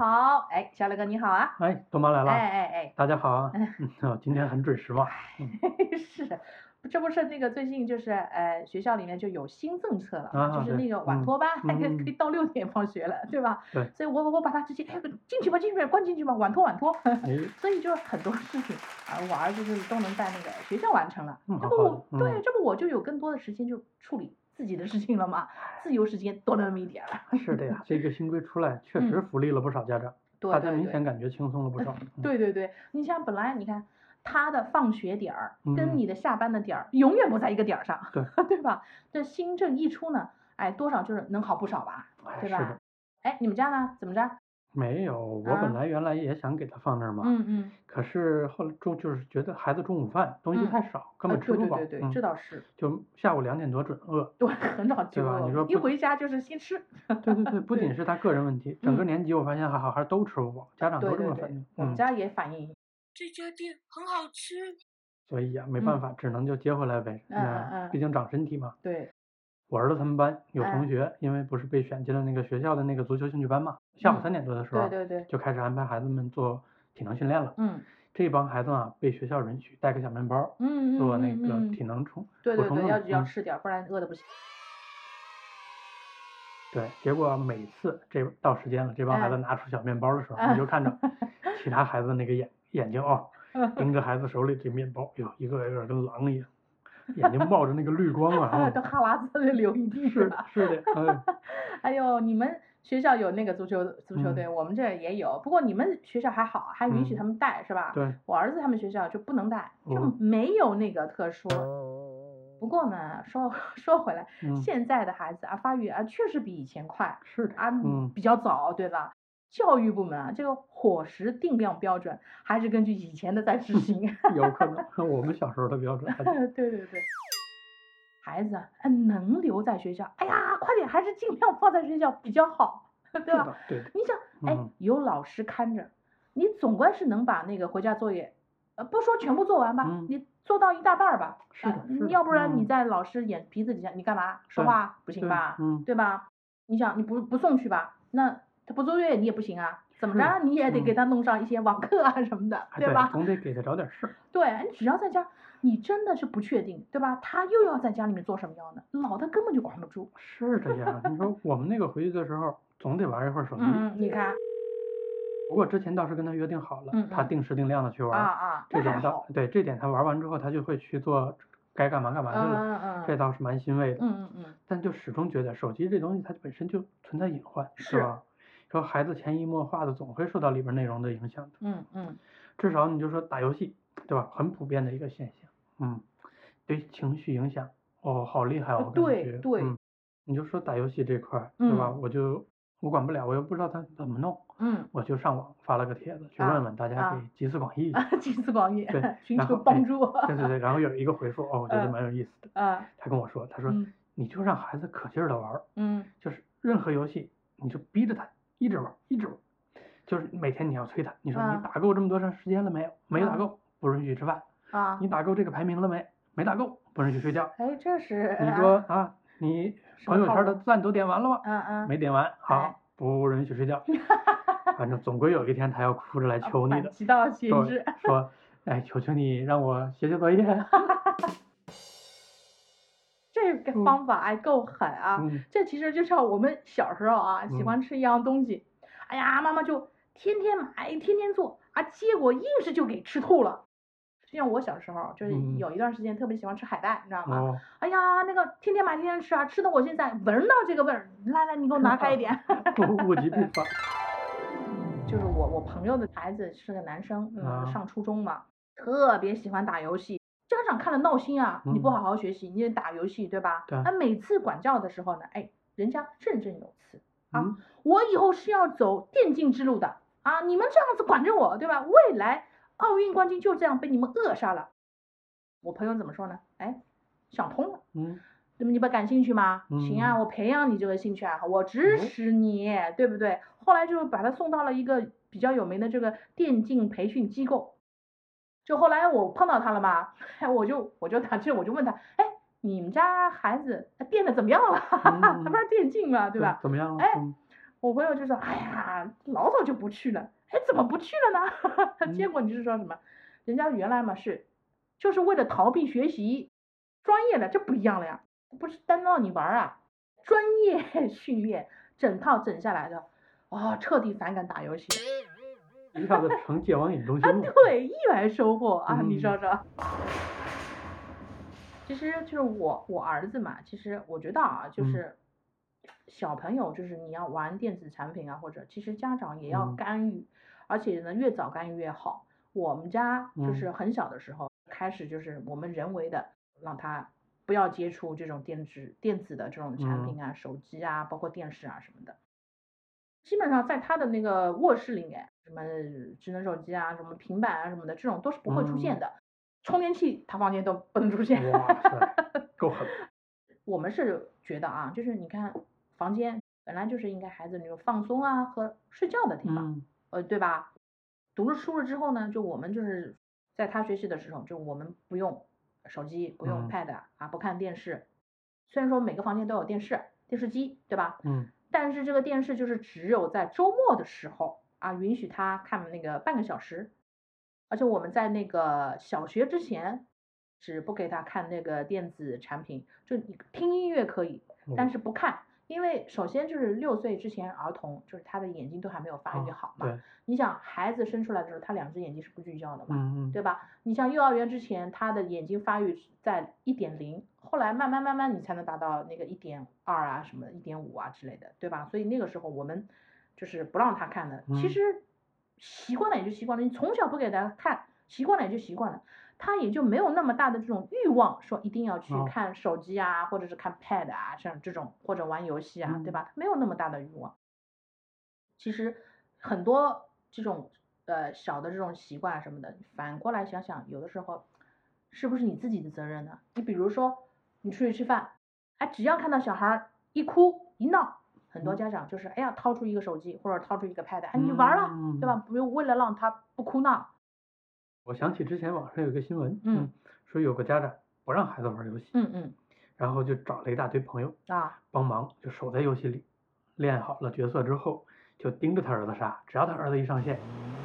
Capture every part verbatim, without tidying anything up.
好，哎，小磊哥你好啊， 哎，多妈来了， 哎哎哎， 大家好啊，嗯，哦今天很准时嘛，嗯是，这不是那个最近就是呃学校里面就有新政策了嘛， 啊对， 就是那个晚嗯托班还可以嗯可以到六点放学了，对吧？ 对， 所以我我把他直接哎进去吧进去吧关进去吧晚托晚托， 哎， 所以就很多事情啊我儿子就是都能在那个学校完成了， 嗯， 这不好好的，嗯， 我对这不我就有更多的时间就处理自己的事情了嘛，自由时间多了那么一点儿。 是的呀，这个新规出来确实嗯福利了不少家长，大家明对对对。 显感觉轻松了不少，嗯对对对，你像本来你看他的放学点儿跟嗯， 你的下班的点儿永远不在一个点儿上， 对， 对吧？这新政一出呢，哎，多少就是能好不少吧， 哎， 对吧？ 是的， 哎，你们家呢？怎么着？ 没有，我本啊？ 来原来也想给他放那儿嘛， 嗯嗯可是后来中就是觉得孩子中午饭东西嗯， 太少，根呃， 本吃不饱， 对对对对，这嗯， 倒是， 就下午两点多准饿， 对，很早就对吧？你饿， 说不仅， 一回家就是先吃。 对对对，不仅对， 是他个人问题，整个嗯， 年级我发现好孩都吃不饱，家长都对对对， 这么反映，嗯。 我们家也反映， 这家店很好吃。 所以呀、没嗯办法，只能就接回来呗。 嗯嗯那嗯， 毕竟长身体嘛。 对， 我儿子他们班有同哎， 学，因为不是被选进了那个学校的那个足球兴趣班嘛，下午嗯， 三点多的时候对对对， 就开始安排孩子们做体能训练了。 嗯这帮孩子啊，被学校允许带个小面包， 嗯做那个嗯嗯嗯， 体能充对对对， 补充用的。 要要嗯， 吃点儿，不然饿的不行。 对。结果每次这到时间了，这帮孩子哎。 拿出小面包的时候， 啊你就看着其他孩子那个眼眼睛哦，盯着孩子手里这面包，哟，一个个跟狼一样，眼睛冒着那个绿光啊。嗯都哈喇子流一地是吧？ 是的，嗯哎呦，你们学校有那个足球足球队， 嗯我们这也有，不过你们学校还好，还允许嗯， 他们带是吧？ 对， 我儿子他们学校就不能带，就哦， 没有那个特殊。不过呢，说说回来， 嗯， 现在的孩子啊，发育啊确实比以前快是的， 啊， 嗯， 比较早，对吧？教育部门啊，这个伙食定量标准还是根据以前的在执行。 有可能，我们小时候的标准还是， 对对对。孩子啊，呃能留在学校，哎呀，快点，还是尽量放在学校比较好，对吧？ 是的，对的， 你想，哎， 嗯有老师看着，你总归是能把那个回家作业，呃，不说全部做完吧， 嗯， 你做到一大半儿吧， 是的啊是的要不然你嗯在老师眼皮子底下，你干嘛说对话不行对吧？ 嗯对吧？你想，你不不送去吧，那他不作业你也不行啊，怎么是着你也得嗯给他弄上一些网课啊什么的， 哎对， 吧？ 总得给他找点事儿， 对，你只要在家，你真的是不确定，对吧？他又要在家里面做什么样的，老的根本就管不住。 是这样。你说我们那个回去的时候，总得玩一会儿手机。 嗯嗯，你看， 不过之前倒是跟他约定好了， 嗯嗯他定时定量的去啊玩儿， 啊， 这点倒那还好。 对，这点他玩完之后，他就会去做该干嘛干嘛去嗯了， 嗯嗯这倒是蛮欣慰的。 嗯嗯嗯， 但就始终觉得手机这东西它本身就存在隐患，是是吧？说孩子潜移默化的总会受到里边内容的影响的， 嗯嗯至少你就说打游戏，对吧？很普遍的一个现象，嗯，对情绪影响，哦，好厉害哦，我感觉， 对对嗯，你就说打游戏这块儿，对吧？ 嗯我就我管不了，我又不知道他怎么弄， 嗯我就上网发了个帖子去啊问问大家啊给集思广益一下， 啊，集思广益对， 寻然后哎， 求帮助。 对对对，然后有一个回复，哦，我觉得嗯蛮有意思的， 啊他跟我说，他说嗯你就让孩子可劲儿的玩儿。 嗯就是任何游戏，你就逼着他一直玩，一直玩，就是每天你要催他，你说啊你打够这么多长时间了没有？没打啊够，不允许吃饭。 啊你，打够这个排名了没？没打够，不允许睡觉。 哎，这是你说啊，你什么朋友圈套路的赞都点完了吗？ 嗯嗯， 没点完， 哎好，不允许睡觉。反正总归有一天他要哭着来求你的， 反其道行说之。 说，哎，求求你让我写写作业。 这个方法哎够狠啊！ 嗯这其实就像我们小时候啊，喜嗯欢吃一样东西，哎呀，妈妈就天天买，天天做啊，结果硬是就给吃吐了。就像我小时候，就是嗯有一段时间特别喜欢吃海带，你知道吗？ 哦， 哎呀，那个天天买天天吃啊，吃的我现在闻到这个味儿，来来，你给我拿开一点。 物极必反。 就是我我朋友的孩子是个男生，嗯， 啊上初中嘛，特别喜欢打游戏。家长看了闹心啊！你不嗯好好学习，你也打游戏，对吧？ 对啊，每次管教的时候呢，哎，人家振振有词啊， 嗯我以后是要走电竞之路的啊！你们这样子管着我，对吧？未来奥运冠军就这样被你们扼杀了。我朋友怎么说呢？哎，想通了。 嗯那么你不感兴趣吗？ 嗯行啊，我培养你这个兴趣爱好，我支持你，对不对？后来就把他送到了一个比较有名的这个电竞培训机构。就后来我碰到他了嘛，哎，我就我就打这我就问他，哎，你们家孩子电的怎么样了？ 嗯他不是电竞嘛，对吧？ 怎么样了？ 哎嗯我朋友就说，哎呀，老早就不去了，哎，怎么不去了呢？结果你是说什么？人家原来嘛是，就是为了逃避学习，专业的这不一样了呀，不是单让你玩啊，专业训练整套整下来的，哦，彻底反感打游戏， 一下子成戒网瘾中心啊， 了。 对，意外收获啊， 嗯你说说。其实就是我我儿子嘛，其实我觉得啊，就嗯是小朋友就是你要玩电子产品啊，或者其实家长也要嗯干预，而且呢越早干预越好。我们家就是嗯很小的时候开始，就是我们人为的让他不要接触这种电子电子的这种产品啊，手机啊，包括电视啊什么的。基本上在他的那个卧室里面，什么智能手机啊、什么平板啊什么的，这种都是不会出现嗯， 的。充电器他房间都不能出现。 哇塞，够狠。 我们是觉得啊，就是你看房间本来就是应该孩子那种放松啊和睡觉的地方， 嗯呃，对吧？读了书了之后呢，就我们就是在他学习的时候，就我们不用手机，不用嗯 pad 啊，不看电视。虽然说每个房间都有电视、电视机，对吧？ 嗯但是这个电视就是只有在周末的时候啊，允许他看那个半个小时。而且我们在那个小学之前是不给他看那个电子产品，就你听音乐可以，但哦是不看，因为首先就是六岁之前儿童就是他的眼睛都还没有发育啊好嘛。 对， 你想孩子生出来的时候，他两只眼睛是不聚焦的嘛， 嗯嗯对吧？你像幼儿园之前，他的眼睛发育在一点零，后来慢慢慢慢你才能达到那个一点二啊，什么一点五啊之类的，对吧？所以那个时候我们就是不让他看的。其嗯实习惯了也就习惯了，你从小不给他看，习惯了也就习惯了，他也就没有那么大的这种欲望，说一定要去哦看手机啊，或者是看 pad 啊，像这种或者玩游戏啊，对嗯吧？没有那么大的欲望。其实很多这种呃小的这种习惯什么的，反过来想想，有的时候是不是你自己的责任呢？你比如说你出去吃饭，哎，只要看到小孩一哭一闹，很多嗯家长就是哎呀掏出一个手机或者掏出一个 pad，哎你玩了，对吧？ 嗯， 不用为了让他不哭闹。 我想起之前网上有个新闻， 嗯嗯，说有个家长不让孩子玩游戏， 嗯嗯然后就找了一大堆朋友啊帮忙，就守在游戏里，练好了角色之后，就盯着他儿子杀，只要他儿子一上线，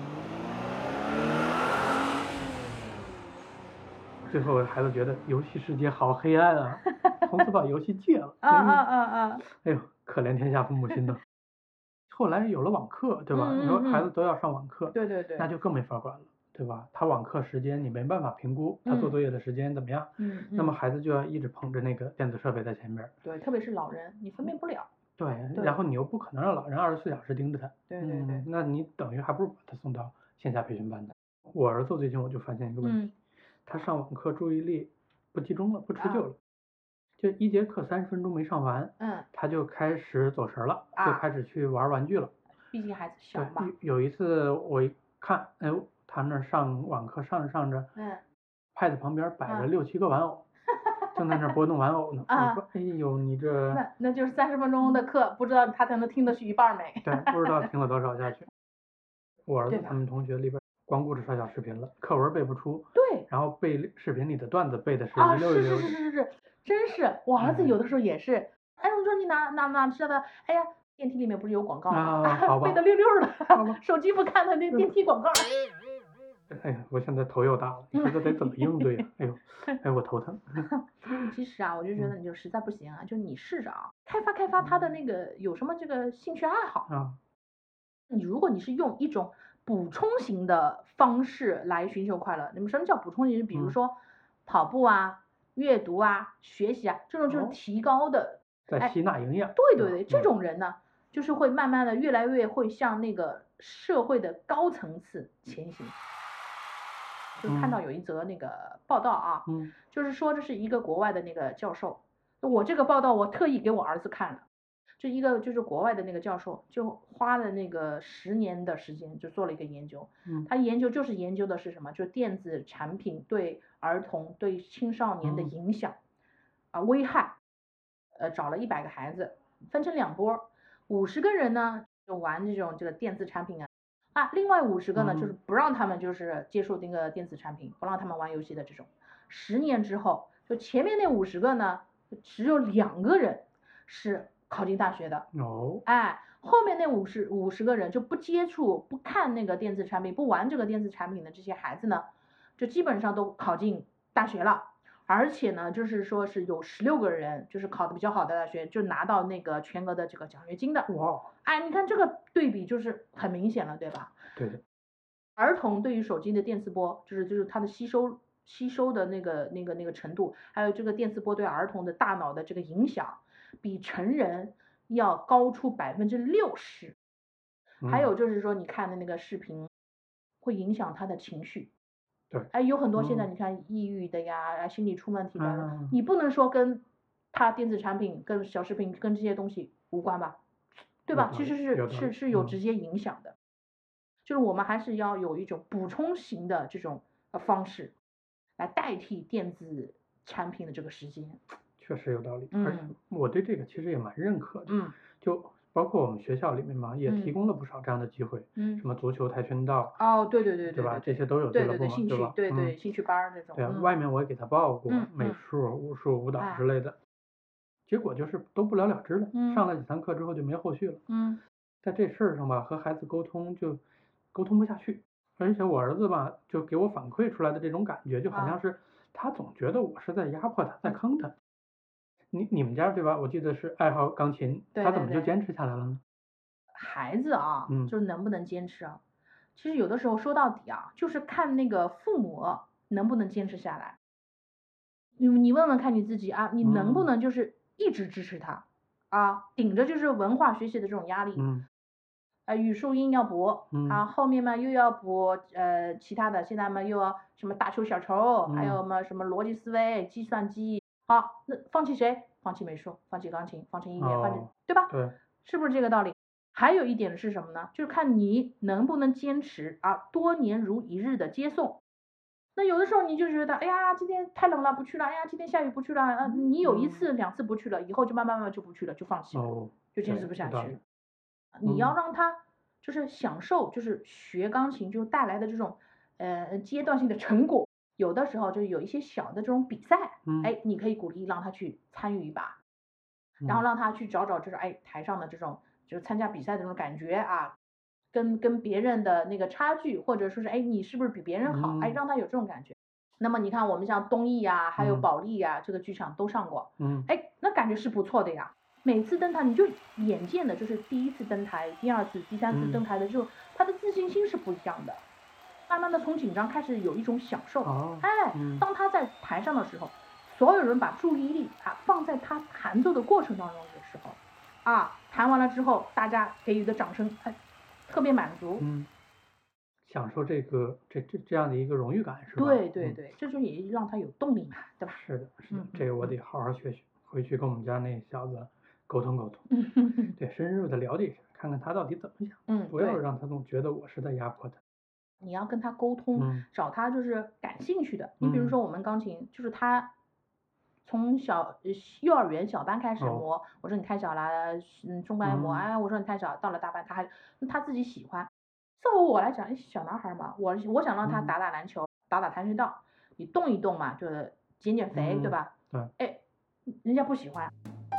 最后孩子觉得游戏世界好黑暗啊，从此把游戏戒了。 啊啊啊啊！ 哎呦，可怜天下父母心呐。后来有了网课，对吧？ 嗯嗯你说孩嗯子都要上网课， 对对对， 那就更没法管了，对吧？他网课时间你没办法评估他做嗯作业的时间怎么样， 嗯嗯， 那么孩子就要一直捧着那个电子设备在前边儿， 对，特别是老人，你分辨不了。 对， 对然后你又不可能让老人二十四小时盯着他， 对对对嗯，那你等于还不如把他送到线下培训班的。我儿子最近我就发现一个问嗯题，他上网课注意力不集中了，不持久啊了，就一节课三十分钟没上完， 嗯， 他就开始走神儿了，就啊开始去玩玩具了。 毕竟孩子小对， 嘛。 有有一次我一看，哎呦，他那儿上网课上着上着嗯 ，pad 旁边摆着啊六七个玩偶，正在那儿拨弄玩偶呢。 啊我说，哎呦，你这那那就是三十分钟的课，不知道他才能听得去一半没？ 对，不知道听了多少下去。我儿对吧子他们同学里边光顾着刷小视频了，课文背不出， 对然后背视频里的段子背的是啊， 一溜一是溜的。 是是是是是，真是，我儿子嗯有的时候也是，哎，我说你哪哪哪知道的？哎呀，电梯里面不是有广告吗？ 啊好吧背的溜溜好吧的，手机不看他那电梯广告。 哎呀，我现在头又大了，你说这得怎么应对呀、哎呦，哎我头疼。 其实啊，我就觉嗯得你就实在不行啊，就你试着啊，开发开发他的那个有什么这个兴趣爱好。 啊， 你如果你是用一种补充型的方式来寻求快乐，那么什么叫补充型？比如嗯说跑步啊、阅读啊、学习啊，这种就是哦提高的。 在吸纳营养。 对对对， 是吧这种人呢，就是会慢慢的越来越会向那个社会的高层次前行。就看到有一则那个报道啊， 嗯就是说这是一个国外的那个教授，我这个报道我特意给我儿子看了，这一个就是国外的那个教授，就花了那个十年的时间就做了一个研究， 嗯他研究就是研究的是什么，就电子产品对儿童对青少年的嗯影响啊危害，呃找了一百个孩子分成两波，五十个人呢就玩这种这个电子产品啊。啊，另外五十个呢， 嗯就是不让他们就是接触那个电子产品，不让他们玩游戏的这种。十年之后，就前面那五十个呢，只有两个人是考进大学的。 哦， 哎， 后面那五十五十个人就不接触、不看那个电子产品、不玩这个电子产品的这些孩子呢，就基本上都考进大学了。而且呢，就是说是有十六个人，就是考的比较好的大学，就拿到那个全额的这个奖学金的。 哇， 哎，你看这个对比就是很明显了，对吧？ 对的。 儿童对于手机的电磁波，就是就是它的吸收吸收的那个那个那个程度，还有这个电磁波对儿童的大脑的这个影响，比成人要高出百分之六十。还有就是说，你看的那个视频，会影响他的情绪。 对， 哎，有很多现在嗯你看抑郁的呀，心理出问题的， 嗯你不能说跟他电子产品、跟小视频、跟这些东西无关吧，对吧？其实是是是有直接影响的，就是我们还是要有一种补充型的这种呃方式，来代替电子产品的这个时间。 确实有道理， 嗯而且我对这个其实也蛮认可的。 嗯， 就包括我们学校里面嘛，也提供了不少这样的机会， 嗯， 什么足球、跆拳道， 哦，对对对对吧？ 对这些都有俱对对对， 乐部嘛， 兴趣吧？ 对对嗯， 兴趣班儿这种。 对啊， 嗯外面我也给他报过嗯美嗯术、武术、舞蹈哎之类的，结果就是都不了了之了。 嗯上了几堂课之后就没后续了。 嗯在这事儿上吧，和孩子沟通就沟通不下去，而且我儿子吧，就给我反馈出来的这种感觉，就好像啊是他总觉得我是在压迫他，在嗯坑他。你你们家对吧？我记得是爱好钢琴， 对他怎么对对就坚持下来了呢？ 孩子啊， 嗯就是能不能坚持啊？其实有的时候说到底啊，就是看那个父母能不能坚持下来。你你问问看你自己啊，你能不嗯能就是一直支持他啊，顶着就是文化学习的这种压力， 嗯呃，语数英要补啊， 嗯后面嘛又要补呃其他的，现在嘛又要什么大球小球，还有嗯嘛什么逻辑思维、计算机，好，那放弃谁？放弃美术，放弃钢琴，放弃音乐，放弃， 哦对吧？ 对， 是不是这个道理？还有一点是什么呢？就是看你能不能坚持啊，多年如一日的接送。那有的时候你就觉得，哎呀，今天太冷了，不去了；哎呀，今天下雨不去了。啊，你有一次、两次不去了，以后就慢慢慢慢就不去了，就放弃了， 哦， 就坚持不对有道理下去了。你要嗯让他就是享受，就是学钢琴就带来的这种呃阶段性的成果。有的时候就有一些小的这种比赛， 嗯哎，你可以鼓励让他去参与一把， 嗯然后让他去找找就是哎台上的这种就是参加比赛的这种感觉啊，跟跟别人的那个差距，或者说是哎你是不是比别人好，哎嗯让他有这种感觉。那么你看我们像东艺呀，还有嗯保利呀，这个剧场都上过， 嗯哎那感觉是不错的呀。每次登台你就眼见的就是第一次登台、第二次、第三次嗯登台的时候，他的自信心是不一样的。慢慢的从紧张开始有一种享受， 哦哎， 嗯当他在台上的时候，所有人把注意力啊放在他弹奏的过程当中的时候，啊，弹完了之后，大家给予的掌声，哎，特别满足。 嗯，享受这个这这这样的一个荣誉感是吧？嗯对对对，这就也让他有动力嘛，对吧？ 是的，是的嗯， 这个我得好好学学，回去跟我们家那小子沟通沟通， 嗯对，深入的了解一下，看看他到底怎么想， 嗯， 不要对， 让他总觉得我是在压迫他。 你要跟他沟通， 嗯找他就是感兴趣的。你比如嗯说我们钢琴，就是他从小呃幼儿园小班开始哦磨，我说你太小了，嗯，中班磨， 嗯哎，我说你太小，到了大班他还他自己喜欢。作为我来讲，哎，小男孩嘛，我我想让他嗯打打篮球，打打跆拳道，你动一动嘛，就是减减肥，对嗯吧？ 对， 哎，人家不喜欢。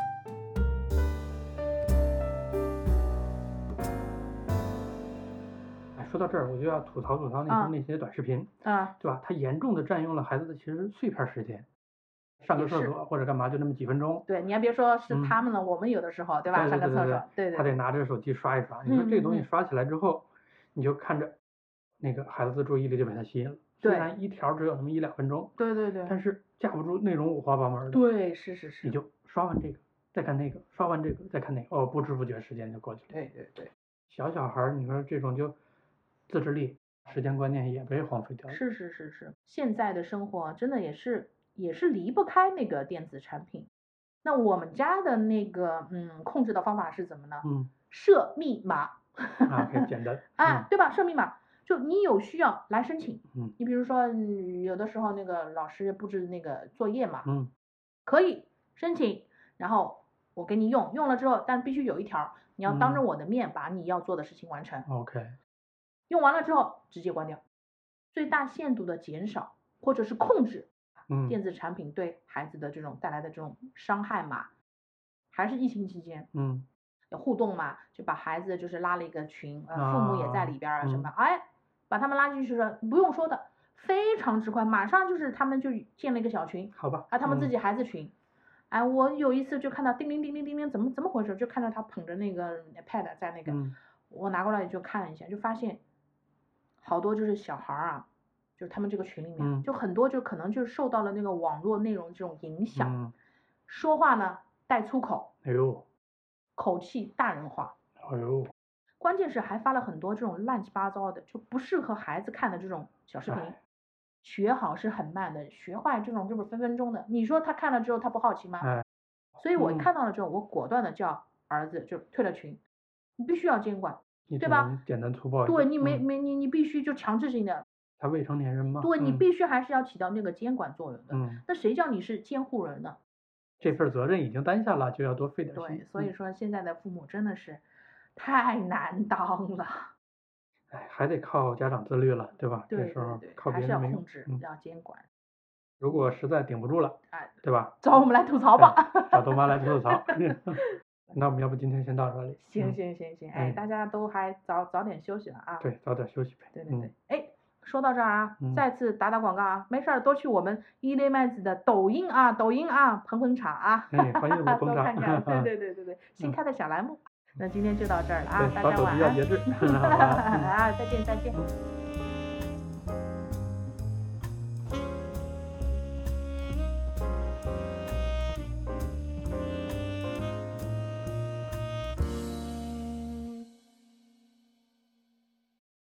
哎，说到这儿我就要吐槽吐槽那啊些那些短视频， 啊， 对吧？它严重的占用了孩子的其实碎片时间，上个也是厕所或者干嘛就那么几分钟， 对，你还别说是嗯他们了，我们有的时候，对吧？ 对上个厕对对对所，对对他得对， 拿着手机刷一刷。你说嗯这个东西嗯嗯刷起来之后，你就看着那个孩子的注意力就被他吸引了。虽对然一条只有那么一两分钟， 对对对， 但是架不住内容五花八门的。 对，是是是， 你就刷完这个，再看那个，刷完这个再看那个，哦，不知不觉时间就过去了。 对对对， 小小孩儿，你说这种就自制力、时间观念也被荒废掉了。 是是是是，现在的生活真的也是也是离不开那个电子产品。那我们家的那个嗯控制的方法是怎么呢？ 嗯， 设密码， 啊，可以简单。 啊，对吧？设密码，就你有需要来申请。 嗯你比如说，嗯有的时候那个老师布置那个作业嘛， 嗯可以申请，然后我给你用，用了之后，但必须有一条，你要当着嗯我的面把你要做的事情完成。 嗯，OK， 用完了之后直接关掉，最大限度的减少或者是控制嗯电子产品对孩子的这种带来的这种伤害嘛。还是疫情期间， 嗯有互动嘛，就把孩子就是拉了一个群，呃，父母也在里边儿啊什么， 嗯哎，把他们拉进去说不用说的，非常直观，马上就是他们就建了一个小群， 好吧， 啊，他们自嗯己孩子群。哎，我有一次就看到叮铃叮铃叮铃，怎么怎么回事？就看到他捧着那个 pad 在那个， 嗯我拿过来就看了一下，就发现好多就是小孩儿啊，就是他们这个群里面， 嗯就很多就可能就受到了那个网络内容这种影响， 嗯， 说话呢带粗口， 哎呦口气大人化， 哎呦， 关键是还发了很多这种乱七八糟的，就不适合孩子看的这种小视频。 哎学好是很慢的，学坏这种就是分分钟的。你说他看了之后他不好奇吗？ 哎， 所以我嗯看到了之后，我果断的叫儿子就退了群，你必须要监管， 你只对吧？ 能简单粗暴一点， 对你没嗯没你你必须就强制性的， 他未成年人嘛， 对你嗯必须还是要起到那个监管作用的。 嗯， 那谁叫你是监护人呢？ 这份责任已经担下了，就要多费点对， 心， 所以嗯说现在的父母真的是太难当了。 哎，还得靠家长自律了，对吧？ 对这时候对对， 靠还是要别人没用， 控制， 嗯， 要监管。 如果实在顶不住了， 哎， 对吧？ 找我们来吐槽吧。 哎找豆妈来吐吐槽。那我们要不今天先到这里？ 行嗯行行行，哎， 哎大家都还早早点休息了啊。 对，早点休息呗。 对对对嗯，， 哎，说到这儿啊， 嗯再次打打广告啊，没事儿多去我们伊雷麦子的抖音啊，抖音啊，捧捧场啊， 哎欢迎我捧场多看看，对对对对对，新开的小栏目。那今天就到这儿了啊， 对，把手大家晚安。 机要节制。好吧嗯啊，再见再见。 嗯